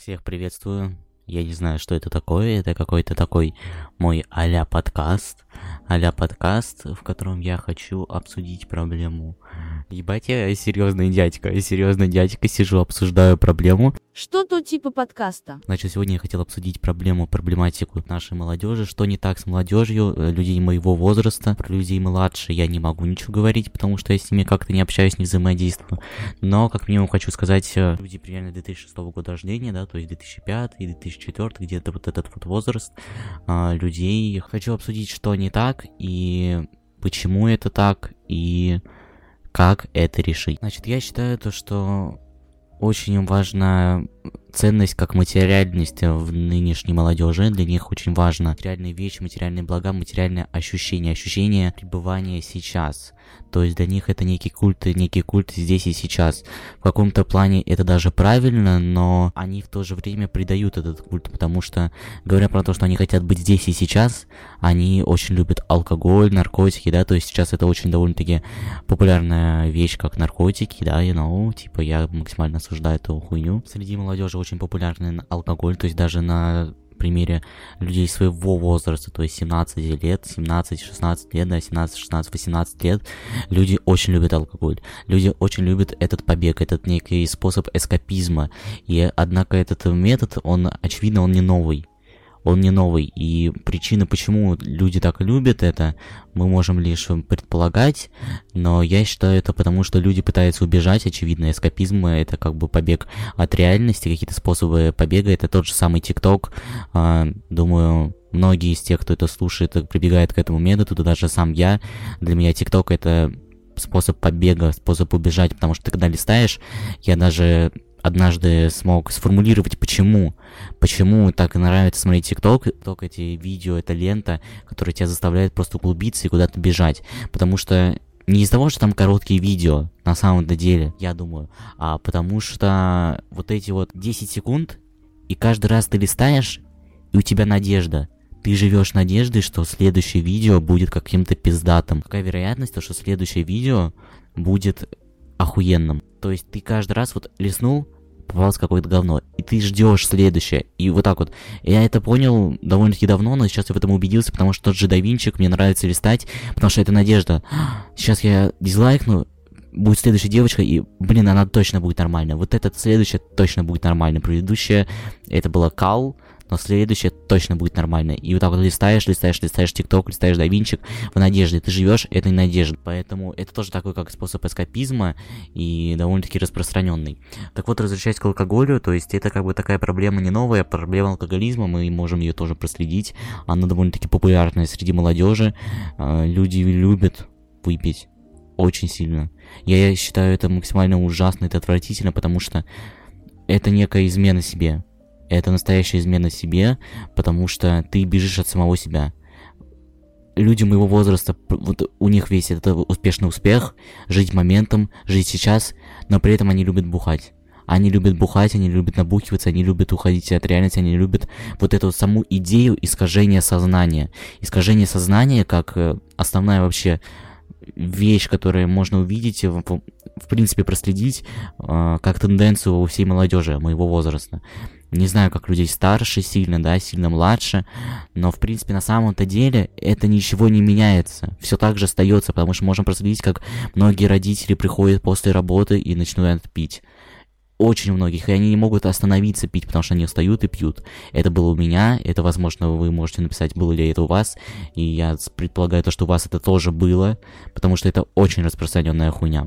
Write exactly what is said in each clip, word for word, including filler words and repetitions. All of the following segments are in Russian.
Всех приветствую. Я не знаю, что это такое. Это какой-то такой мой а-ля подкаст. А-ля подкаст, в котором я хочу обсудить проблему. Ебать, я серьезный дядька. Я серьезный дядька, сижу, обсуждаю проблему. Что-то типа подкаста. Значит, сегодня я хотел обсудить проблему, проблематику нашей молодежи. Что не так с молодежью, людей моего возраста. Про людей младше я не могу ничего говорить, потому что я с ними как-то не общаюсь, не взаимодействую. Но, как минимум, хочу сказать, люди примерно две тысячи шестого года рождения, да, то есть две тысячи пятый, две тысячи четвёртый, где-то вот этот вот возраст а, людей. Хочу обсудить, что не так, и почему это так, и как это решить. Значит, я считаю то, что очень важна ценность как материальность в нынешней молодежи. Для них очень важно материальные вещи, материальные блага, материальное ощущение, ощущение пребывания сейчас. То есть для них это некий культ, некий культ здесь и сейчас. В каком-то плане это даже правильно, но они в то же время предают этот культ, потому что, говоря про то, что они хотят быть здесь и сейчас, они очень любят алкоголь, наркотики, да, то есть сейчас это очень довольно-таки популярная вещь, как наркотики, да, и, ну, типа, я максимально осуждаю эту хуйню. Среди молодежи очень популярный алкоголь, то есть даже на примере людей своего возраста, то есть семнадцать лет, семнадцать-шестнадцать лет, да, семнадцать, шестнадцать, восемнадцать лет, люди очень любят алкоголь, люди очень любят этот побег, этот некий способ эскапизма, и однако этот метод, он, очевидно, он не новый. Он не новый, и причина, почему люди так любят это, мы можем лишь предполагать, но я считаю это потому, что люди пытаются убежать, очевидно, эскапизм — это как бы побег от реальности, какие-то способы побега, это тот же самый ТикТок, думаю, многие из тех, кто это слушает, прибегают к этому методу, да даже сам я, для меня ТикТок — это способ побега, способ убежать, потому что ты когда листаешь, я даже однажды смог сформулировать, почему. Почему так нравится смотреть ТикТок. Только эти видео, это лента, которая тебя заставляет просто углубиться и куда-то бежать. Потому что не из-за того, что там короткие видео, на самом-то деле, я думаю, а потому что вот эти вот десять секунд, и каждый раз ты листаешь, и у тебя надежда. Ты живешь надеждой, что следующее видео будет каким-то пиздатым. Какая вероятность, что следующее видео будет охуенным. То есть ты каждый раз вот листнул, попалось какое-то говно, и ты ждешь следующее. И вот так вот. Я это понял довольно-таки давно, но сейчас я в этом убедился, потому что тот же Давинчик мне нравится листать, потому что это надежда. Сейчас я дизлайкну, будет следующая девочка, и, блин, она точно будет нормальная. Вот эта следующая точно будет нормальная. Предыдущая, это была Кал, но следующее точно будет нормально. И вот так вот листаешь, листаешь, листаешь ТикТок, листаешь Давинчик в надежде. Ты живешь этой надеждой. Поэтому это тоже такой как способ эскапизма и довольно-таки распространенный. Так вот, возвращаясь к алкоголю, то есть это как бы такая проблема не новая, проблема алкоголизма, мы можем ее тоже проследить. Она довольно-таки популярная среди молодежи. Люди любят выпить очень сильно. Я считаю это максимально ужасно, это отвратительно, потому что это некая измена себе. Это настоящая измена себе, потому что ты бежишь от самого себя. Люди моего возраста, вот у них весь это успешный успех, жить моментом, жить сейчас, но при этом они любят бухать. Они любят бухать, они любят набухиваться, они любят уходить от реальности, они любят вот эту саму идею искажения сознания. Искажение сознания как основная вообще вещь, которую можно увидеть, в, в принципе проследить э, как тенденцию у всей молодежи моего возраста. Не знаю, как людей старше сильно, да, сильно младше, но, в принципе, на самом-то деле это ничего не меняется. Все так же остается, потому что можем проследить, как многие родители приходят после работы и начинают пить. Очень у многих, и они не могут остановиться пить, потому что они встают и пьют. Это было у меня, это, возможно, вы можете написать, было ли это у вас, и я предполагаю, то, что у вас это тоже было, потому что это очень распространенная хуйня.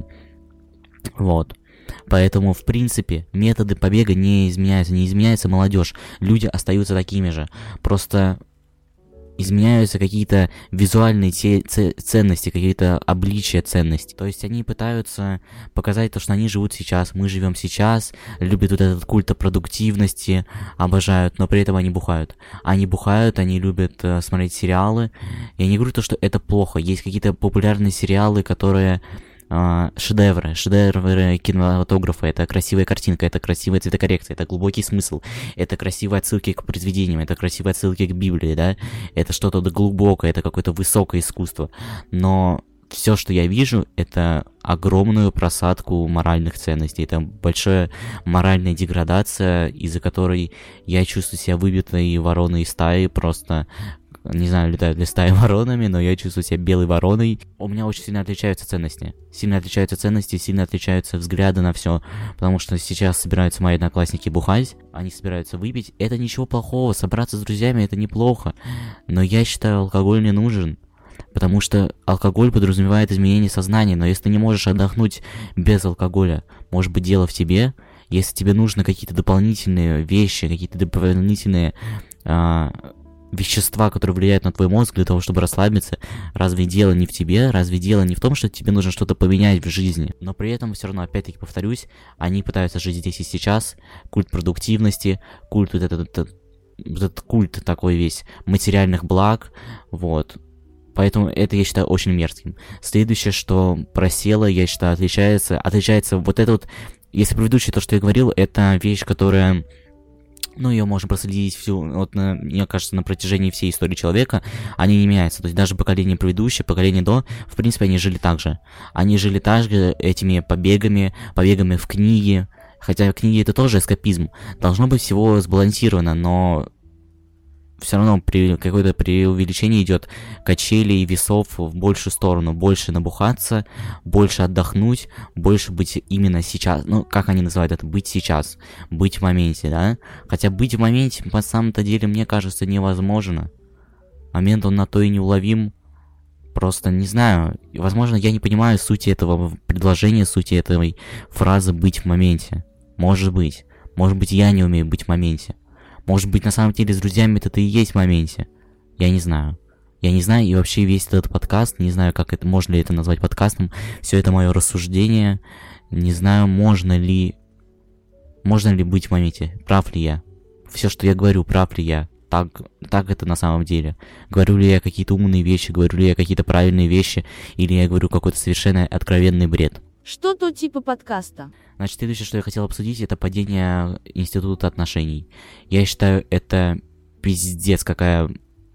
Вот. Поэтому, в принципе, методы побега не изменяются, не изменяется молодежь. Люди остаются такими же. Просто изменяются какие-то визуальные те, ц, ценности, какие-то обличия ценностей. То есть они пытаются показать то, что они живут сейчас, мы живем сейчас, любят вот этот культ продуктивности, обожают, но при этом они бухают. Они бухают, они любят э, смотреть сериалы. Я не говорю то, что это плохо. Есть какие-то популярные сериалы, которые шедевры, шедевры кинематографа, это красивая картинка, это красивая цветокоррекция, это глубокий смысл, это красивые отсылки к произведениям, это красивые отсылки к Библии, да, это что-то глубокое, это какое-то высокое искусство, но все, что я вижу, это огромную просадку моральных ценностей. Это большая моральная деградация, из-за которой я чувствую себя выбитой вороной из стаи, просто, не знаю, летают ли стаи воронами, но я чувствую себя белой вороной. У меня очень сильно отличаются ценности. Сильно отличаются ценности, сильно отличаются взгляды на все, потому что сейчас собираются мои одноклассники бухать, они собираются выпить. Это ничего плохого, собраться с друзьями это неплохо, но я считаю, алкоголь не нужен. Потому что алкоголь подразумевает изменение сознания, но если ты не можешь отдохнуть без алкоголя, может быть дело в тебе. Если тебе нужны какие-то дополнительные вещи, какие-то дополнительные а, вещества, которые влияют на твой мозг для того, чтобы расслабиться, разве дело не в тебе, разве дело не в том, что тебе нужно что-то поменять в жизни? Но при этом все равно, опять-таки повторюсь, они пытаются жить здесь и сейчас, культ продуктивности, культ вот этот, этот, этот культ такой весь материальных благ, вот. Поэтому это, я считаю, очень мерзким. Следующее, что просело, я считаю, отличается, отличается вот это вот, если предыдущее, то, что я говорил, это вещь, которая, ну, ее можно проследить всю, вот, на, мне кажется, на протяжении всей истории человека, они не меняются. То есть даже поколение предыдущее, поколение до, в принципе, они жили так же. Они жили так же этими побегами, побегами в книги, хотя книги это тоже эскапизм. Должно быть всего сбалансировано, но все равно при какое-то преувеличение идет качелей весов в большую сторону. Больше набухаться, больше отдохнуть, больше быть именно сейчас. Ну, как они называют это? Быть сейчас. Быть в моменте, да? Хотя быть в моменте, по самом-то деле, мне кажется, невозможно. Момент, он на то и неуловим. Просто не знаю. Возможно, я не понимаю сути этого предложения, сути этой фразы «быть в моменте». Может быть. Может быть, я не умею быть в моменте. Может быть, на самом деле, с друзьями это и есть в моменте. Я не знаю. Я не знаю, и вообще весь этот подкаст, не знаю, как это, можно ли это назвать подкастом, все это мое рассуждение. Не знаю, можно ли... Можно ли быть в моменте? Прав ли я? Все, что я говорю, прав ли я? Так, так это на самом деле. Говорю ли я какие-то умные вещи, говорю ли я какие-то правильные вещи, или я говорю какой-то совершенно откровенный бред? Что-то типа подкаста. Значит, следующее, что я хотел обсудить, это падение института отношений. Я считаю, это пиздец какая...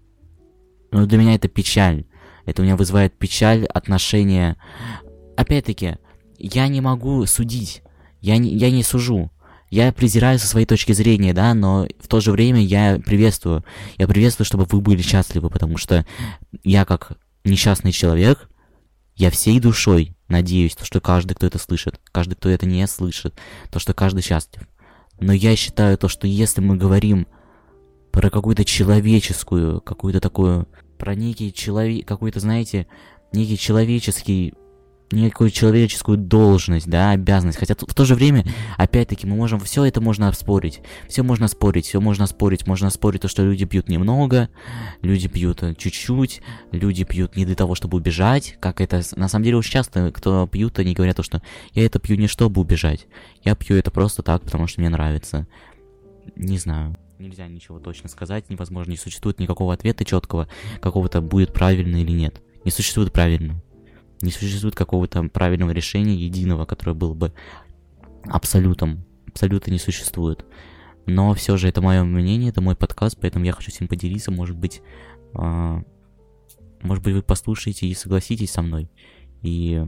Ну, для меня это печаль. Это у меня вызывает печаль, отношения. Опять-таки, я не могу судить. Я не, я не сужу. Я презираю со своей точки зрения, да, но в то же время я приветствую. Я приветствую, чтобы вы были счастливы, потому что я как несчастный человек, я всей душой надеюсь, то, что каждый, кто это слышит, каждый, кто это не слышит, то, что каждый счастлив. Но я считаю то, что если мы говорим про какую-то человеческую, какую-то такую, про некий человек, какой-то, знаете, некий человеческий, некую человеческую должность, да, обязанность. Хотя в то же время, опять-таки, мы можем, все это можно оспорить. Все можно спорить, все можно спорить. Можно спорить то, что люди пьют немного, люди пьют чуть-чуть, люди пьют не для того, чтобы убежать. Как это, на самом деле, очень часто, кто пьют, они говорят то, что я это пью не чтобы убежать. Я пью это просто так, потому что мне нравится. Не знаю. Нельзя ничего точно сказать, невозможно, не существует никакого ответа четкого, какого-то будет правильно или нет. Не существует правильного. Не существует какого-то правильного решения, единого, которое было бы абсолютом. Абсолютно не существует. Но все же это мое мнение, это мой подкаст, поэтому я хочу с ним поделиться. Может быть, э, может быть, вы послушаете и согласитесь со мной. И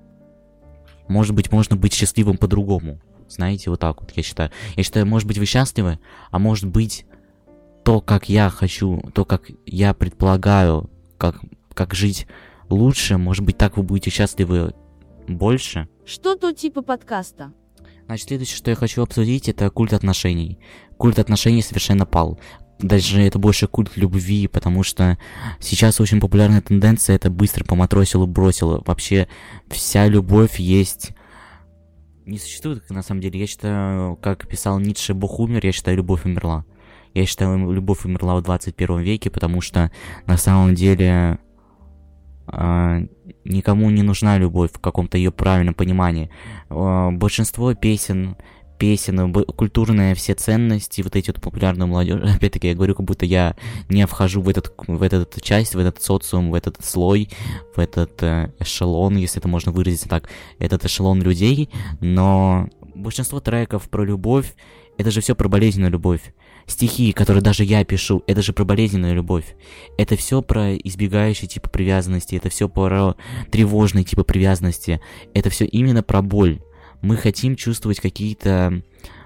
может быть, можно быть счастливым по-другому. Знаете, вот так вот, я считаю. Я считаю, может быть, вы счастливы, а может быть, то, как я хочу, то, как я предполагаю, как, как жить лучше, может быть, так вы будете счастливы больше. Что-то типа подкаста. Значит, следующее, что я хочу обсудить, это культ отношений. Культ отношений совершенно пал. Даже это больше культ любви, потому что сейчас очень популярная тенденция, это быстро поматросил и бросил. Вообще, вся любовь есть... Не существует, на самом деле. Я считаю, как писал Ницше, Бог умер, я считаю, любовь умерла. Я считаю, любовь умерла в двадцать первом веке, потому что на самом деле... Uh, никому не нужна любовь в каком-то ее правильном понимании. Uh, большинство песен, песен, б- культурные все ценности, вот эти вот популярные молодежи, опять-таки я говорю, как будто я не вхожу в этот, в этот часть, в этот социум, в этот слой, в этот uh, эшелон, если это можно выразить так, этот эшелон людей, но большинство треков про любовь, это же все про болезненную любовь. стихи, которые даже я пишу, это же про болезненную любовь. Это все про избегающие типа привязанности, это все про тревожные типа привязанности. Это все именно про боль. Мы хотим чувствовать какие-то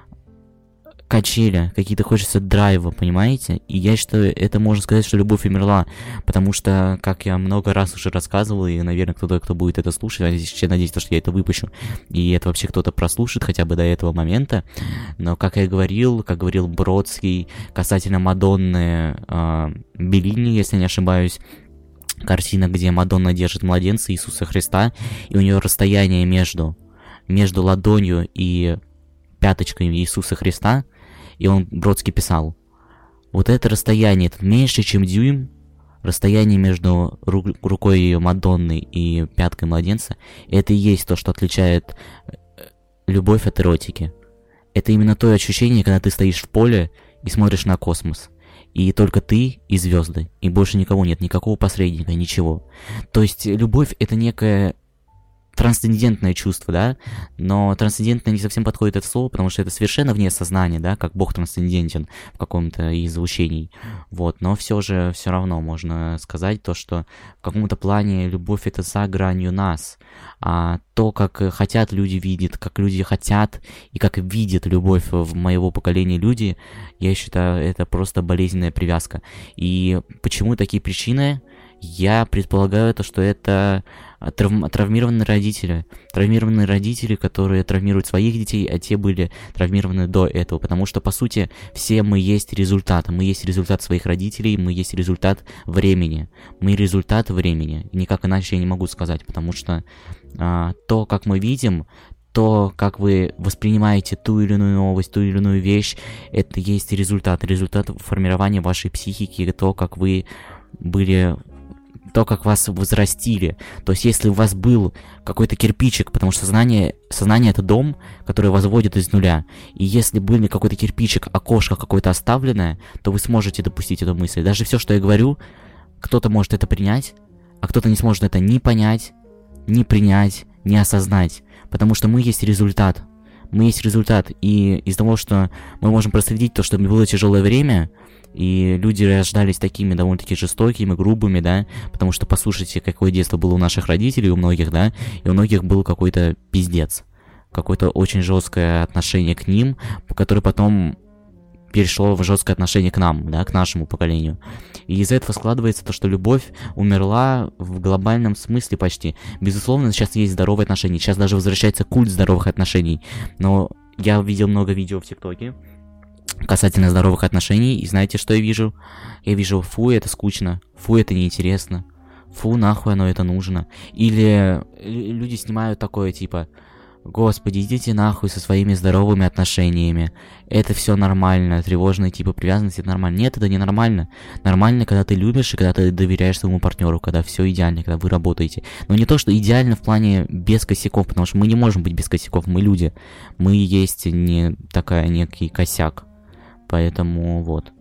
качели, какие-то хочется драйва, понимаете? И я считаю, это можно сказать, что любовь умерла, потому что, как я много раз уже рассказывал, и, наверное, кто-то, кто будет это слушать, я надеюсь, что я это выпущу, и это вообще кто-то прослушает хотя бы до этого момента, но, как я говорил, как говорил Бродский касательно Мадонны э, Беллини, если не ошибаюсь, картина, где Мадонна держит младенца Иисуса Христа, и у нее расстояние между, между ладонью и пяточкой Иисуса Христа, и он, Бродский, писал, вот это расстояние, это меньше, чем дюйм, расстояние между ру- рукой ее Мадонны и пяткой младенца, это и есть то, что отличает любовь от эротики. Это именно то ощущение, когда ты стоишь в поле и смотришь на космос. И только ты и звезды, и больше никого нет, никакого посредника, ничего. То есть любовь — это некое трансцендентное чувство, да, но трансцендентное не совсем подходит это слово, потому что это совершенно вне сознания, да, как Бог трансцендентен в каком-то из учений, вот, но все же, все равно можно сказать то, что в каком-то плане любовь — это за гранью нас, а то, как хотят люди видят, как люди хотят и как видят любовь в моего поколения люди, я считаю, это просто болезненная привязка. И почему такие причины? Я предполагаю то, что это травм- травмированные родители. Травмированные родители, которые травмируют своих детей, а те были травмированы до этого. Потому что, по сути, все мы есть результат. Мы есть результат своих родителей, мы есть результат времени. Мы результат времени. Никак иначе я не могу сказать, потому что а, то, как мы видим, то, как вы воспринимаете ту или иную новость, ту или иную вещь, это есть результат. Результат формирования вашей психики, то, как вы были... то, как вас возрастили. То есть, если у вас был какой-то кирпичик, потому что сознание, сознание — это дом, который возводит из нуля, и если был какой-то кирпичик, окошко какое-то оставленное, то вы сможете допустить эту мысль. Даже все, что я говорю, кто-то может это принять, а кто-то не сможет это ни понять, ни принять, ни осознать, потому что мы есть результат. Мы есть результат, и из-за того, что мы можем проследить то, что было тяжелое время, и люди рождались такими довольно-таки жестокими, грубыми, да, потому что послушайте, какое детство было у наших родителей, у многих, да, и у многих был какой-то пиздец, какое-то очень жесткое отношение к ним, которое потом перешло в жесткое отношение к нам, да, к нашему поколению. И из-за этого складывается то, что любовь умерла в глобальном смысле почти. Безусловно, сейчас есть здоровые отношения, сейчас даже возвращается культ здоровых отношений, но я видел много видео в ТикТоке касательно здоровых отношений, и знаете, что я вижу? Я вижу, фу, это скучно, фу, это неинтересно, фу, нахуй оно это нужно. Или люди снимают такое, типа, господи, идите нахуй со своими здоровыми отношениями, это все нормально, тревожные типы привязанности, это нормально. Нет, это не нормально. Нормально, когда ты любишь и когда ты доверяешь своему партнеру, когда все идеально, когда вы работаете. Но не то, что идеально в плане без косяков, потому что мы не можем быть без косяков, мы люди. Мы есть не такая некий косяк. Поэтому вот.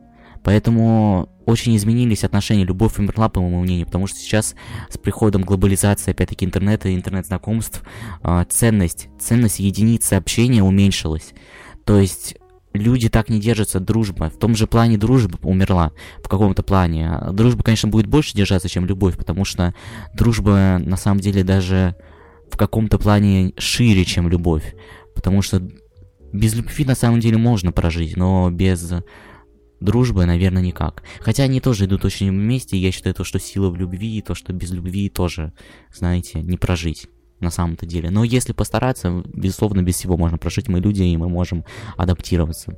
Поэтому очень изменились отношения, любовь умерла, по моему мнению, потому что сейчас с приходом глобализации, опять-таки, интернета, интернет-знакомств, ценность, ценность единицы общения уменьшилась. То есть люди так не держатся, дружба. В том же плане дружба умерла, в каком-то плане. Дружба, конечно, будет больше держаться, чем любовь, потому что дружба, на самом деле, даже в каком-то плане шире, чем любовь. Потому что без любви, на самом деле, можно прожить, но без дружбы, наверное, никак. Хотя они тоже идут очень вместе, и я считаю, то, что сила в любви, и то, что без любви тоже, знаете, не прожить на самом-то деле. Но если постараться, безусловно, без всего можно прожить. Мы люди, и мы можем адаптироваться.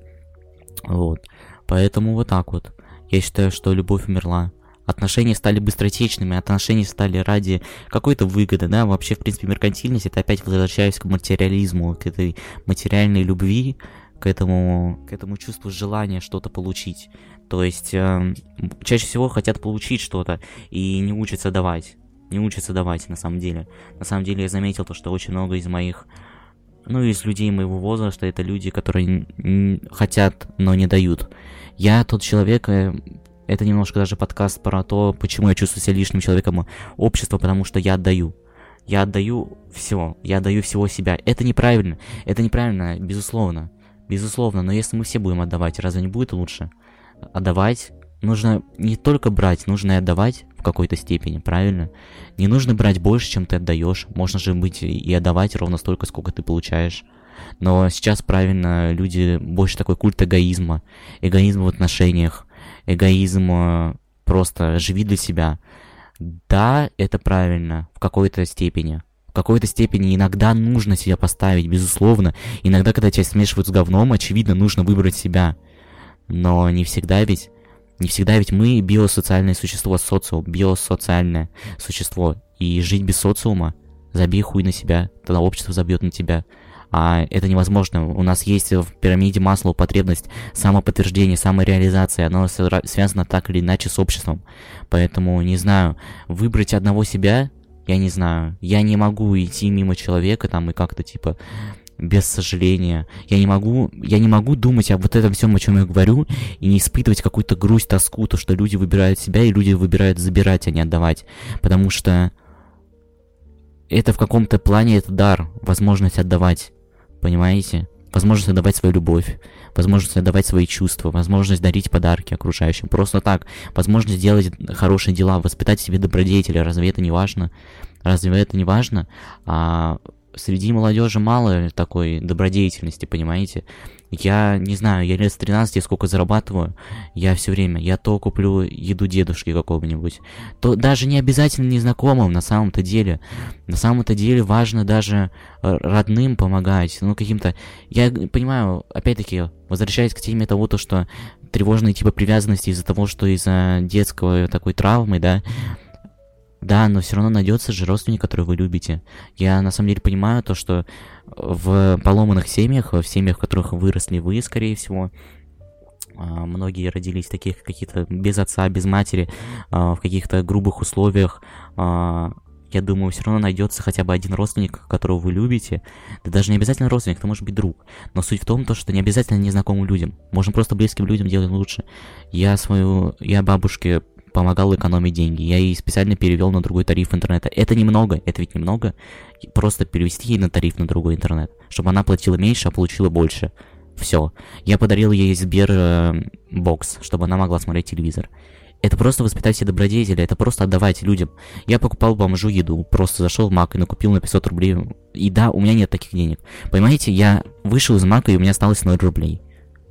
Вот. Поэтому вот так вот. Я считаю, что любовь умерла. Отношения стали быстротечными, отношения стали ради какой-то выгоды, да, вообще, в принципе, меркантильность, это опять возвращаюсь к материализму, к этой материальной любви, к этому, к этому чувству желания что-то получить. То есть, э, чаще всего хотят получить что-то и не учатся давать, не учатся давать, на самом деле. На самом деле, я заметил то, что очень много из моих, ну, из людей моего возраста, это люди, которые хотят, но не дают. Я тот человек... Это немножко даже подкаст про то, почему я чувствую себя лишним человеком общества, потому что я отдаю. Я отдаю все, я отдаю всего себя. Это неправильно, это неправильно, безусловно. безусловно, но если мы все будем отдавать, разве не будет лучше? Отдавать нужно не только брать, нужно и отдавать в какой-то степени, правильно? Не нужно брать больше, чем ты отдаешь. Можно же быть и отдавать ровно столько, сколько ты получаешь. Но сейчас, правильно, люди больше такой культ эгоизма. Эгоизм в отношениях. Эгоизм просто живи для себя. Да, это правильно, в какой-то степени. В какой-то степени иногда нужно себя поставить, безусловно. Иногда, когда тебя смешивают с говном, очевидно, нужно выбрать себя. Но не всегда ведь... Не всегда ведь мы биосоциальное существо, социум, биосоциальное существо. И жить без социума, забей хуй на себя, тогда общество забьет на тебя. А это невозможно. У нас есть в пирамиде Маслоу потребность самоподтверждения, самореализации. Оно связано так или иначе с обществом. Поэтому, не знаю, выбрать одного себя, я не знаю. Я не могу идти мимо человека там и как-то типа... без сожаления. Я не могу, я не могу думать об вот этом всем, о чем я говорю, и не испытывать какую-то грусть, тоску, то, что люди выбирают себя, и люди выбирают забирать, а не отдавать. Потому что это в каком-то плане это дар, возможность отдавать. Понимаете? Возможность отдавать свою любовь, возможность отдавать свои чувства, возможность дарить подарки окружающим. Просто так. Возможность делать хорошие дела, воспитать в себе добродетеля. Разве это не важно? Разве это не важно? А... Среди молодежи мало такой добродетельности, понимаете? Я не знаю, я лет с тринадцати сколько зарабатываю, я все время, я то куплю еду дедушке какого-нибудь, то даже не обязательно незнакомым на самом-то деле. На самом-то деле важно даже родным помогать, ну каким-то... Я понимаю, опять-таки, возвращаясь к теме того, то, что тревожные типы привязанности из-за того, что из-за детского такой травмы, да, да, но все равно найдется же родственник, который вы любите. Я на самом деле понимаю то, что в поломанных семьях, в семьях, в которых выросли вы, скорее всего, многие родились таких каких-то без отца, без матери, в каких-то грубых условиях. Я думаю, все равно найдется хотя бы один родственник, которого вы любите. Да даже не обязательно родственник, это может быть друг. Но суть в том, то, что не обязательно незнакомым людям. Можно просто близким людям делать лучше. Я свою, я бабушке помогал экономить деньги. Я ей специально перевел на другой тариф интернета. Это немного, это ведь немного. Просто перевести ей на тариф на другой интернет, чтобы она платила меньше, а получила больше. Все. Я подарил ей Сбербокс, чтобы она могла смотреть телевизор. Это просто воспитать все добродетели, это просто отдавать людям. Я покупал бомжу еду, просто зашел в Мак и накупил на пятьсот рублей. И да, у меня нет таких денег. Понимаете, я вышел из Мака, и у меня осталось ноль рублей.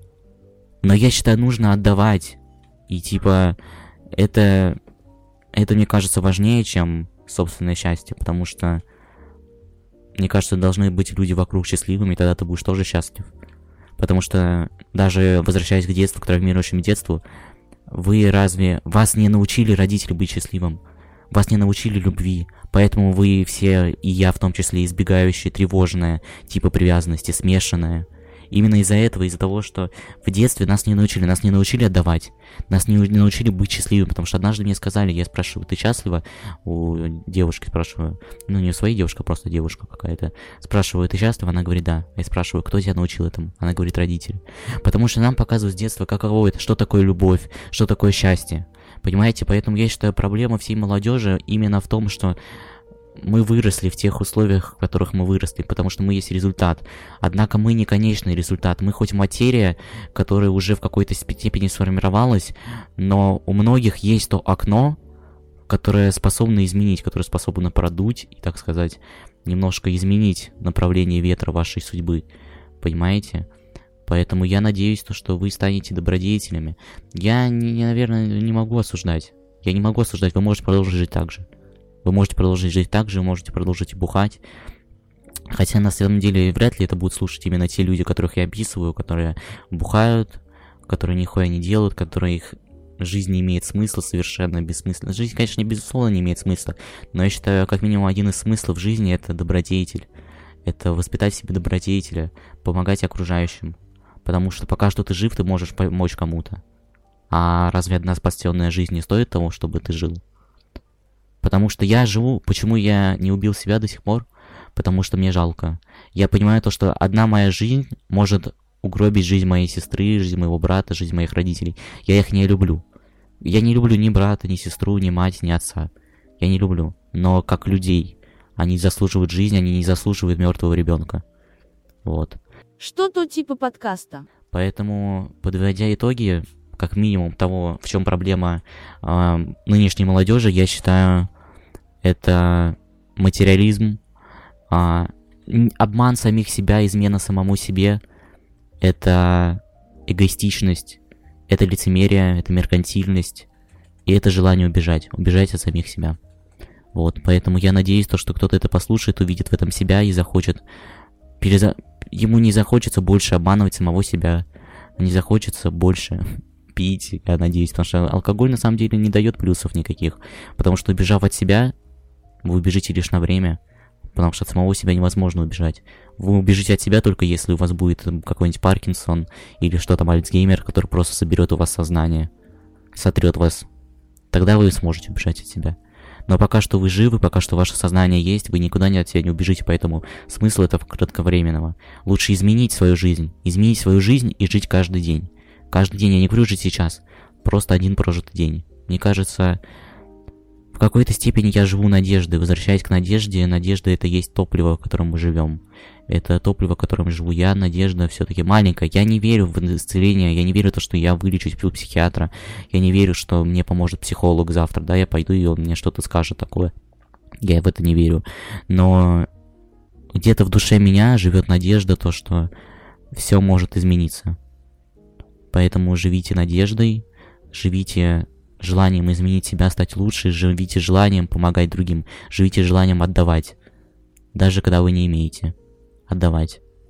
Но я считаю, нужно отдавать. И типа... Это, это, мне кажется, важнее, чем собственное счастье, потому что, мне кажется, должны быть люди вокруг счастливыми, и тогда ты будешь тоже счастлив. Потому что, даже возвращаясь к детству, к травмирующему детству, вы разве... Вас не научили родители быть счастливым? Вас не научили любви, поэтому вы все, и я в том числе, избегающие, тревожные, типа привязанности, смешанные. Именно из-за этого, из-за того, что в детстве нас не научили, нас не научили отдавать, нас не, не научили быть счастливым, потому что однажды мне сказали, я спрашиваю, ты счастлива? У девушки спрашиваю, ну не у своей девушки, а просто девушка какая-то. Спрашиваю, ты счастлива? Она говорит, да. Я спрашиваю, кто тебя научил этому? Она говорит, родители. Потому что нам показывают с детства, каково это, что такое любовь, что такое счастье. Понимаете, поэтому я считаю, проблема всей молодежи именно в том, что мы выросли в тех условиях, в которых мы выросли, потому что мы есть результат. Однако мы не конечный результат. Мы хоть материя, которая уже в какой-то степени сформировалась, но у многих есть то окно, которое способно изменить, которое способно продуть и, так сказать, немножко изменить направление ветра вашей судьбы. Понимаете? Поэтому я надеюсь, что вы станете добродетелями. Я, не, наверное, не могу осуждать. Я не могу осуждать, вы можете продолжить жить так же. Вы можете продолжить жить так же, можете продолжить бухать. Хотя на самом деле вряд ли это будут слушать именно те люди, которых я описываю, которые бухают, которые нихуя не делают, которые их жизнь не имеет смысла, совершенно бессмысленно. Жизнь, конечно, безусловно не имеет смысла, но я считаю, как минимум один из смыслов жизни — это добродетель. Это воспитать в себе добродетеля, помогать окружающим. Потому что пока что ты жив, ты можешь помочь кому-то. А разве одна спасенная жизнь не стоит того, чтобы ты жил? Потому что я живу... Почему я не убил себя до сих пор? Потому что мне жалко. Я понимаю то, что одна моя жизнь может угробить жизнь моей сестры, жизнь моего брата, жизнь моих родителей. Я их не люблю. Я не люблю ни брата, ни сестру, ни мать, ни отца. Я не люблю. Но как людей. Они заслуживают жизни, они не заслуживают мертвого ребенка. Вот. Что-то типа подкаста. Поэтому, подводя итоги, как минимум того, в чем проблема э, нынешней молодежи, я считаю, это материализм, э, обман самих себя, измена самому себе, это эгоистичность, это лицемерие, это меркантильность, и это желание убежать, убежать от самих себя. Вот, поэтому я надеюсь, то, что кто-то это послушает, увидит в этом себя и захочет... Переза... Ему не захочется больше обманывать самого себя, не захочется больше пить, я надеюсь, потому что алкоголь на самом деле не дает плюсов никаких, потому что, убежав от себя, вы убежите лишь на время, потому что от самого себя невозможно убежать. Вы убежите от себя только если у вас будет какой-нибудь Паркинсон или что там, Альцгеймер, который просто соберет у вас сознание, сотрет вас. Тогда вы сможете убежать от себя. Но пока что вы живы, пока что ваше сознание есть, вы никуда не от себя не убежите, поэтому смысл этого кратковременного. Лучше изменить свою жизнь, изменить свою жизнь и жить каждый день. Каждый день, я не говорю жить сейчас, просто один прожитый день. Мне кажется, в какой-то степени я живу надеждой, возвращаясь к надежде, надежда это есть топливо, в котором мы живем. Это топливо, в котором живу я, надежда все-таки маленькая. Я не верю в исцеление, я не верю в то, что я вылечусь у психиатра, я не верю, что мне поможет психолог завтра, да, я пойду и он мне что-то скажет такое. Я в это не верю. Но где-то в душе меня живет надежда, то, что все может измениться. Поэтому живите надеждой, живите желанием изменить себя, стать лучше, живите желанием помогать другим, живите желанием отдавать, даже когда вы не имеете. Отдавать.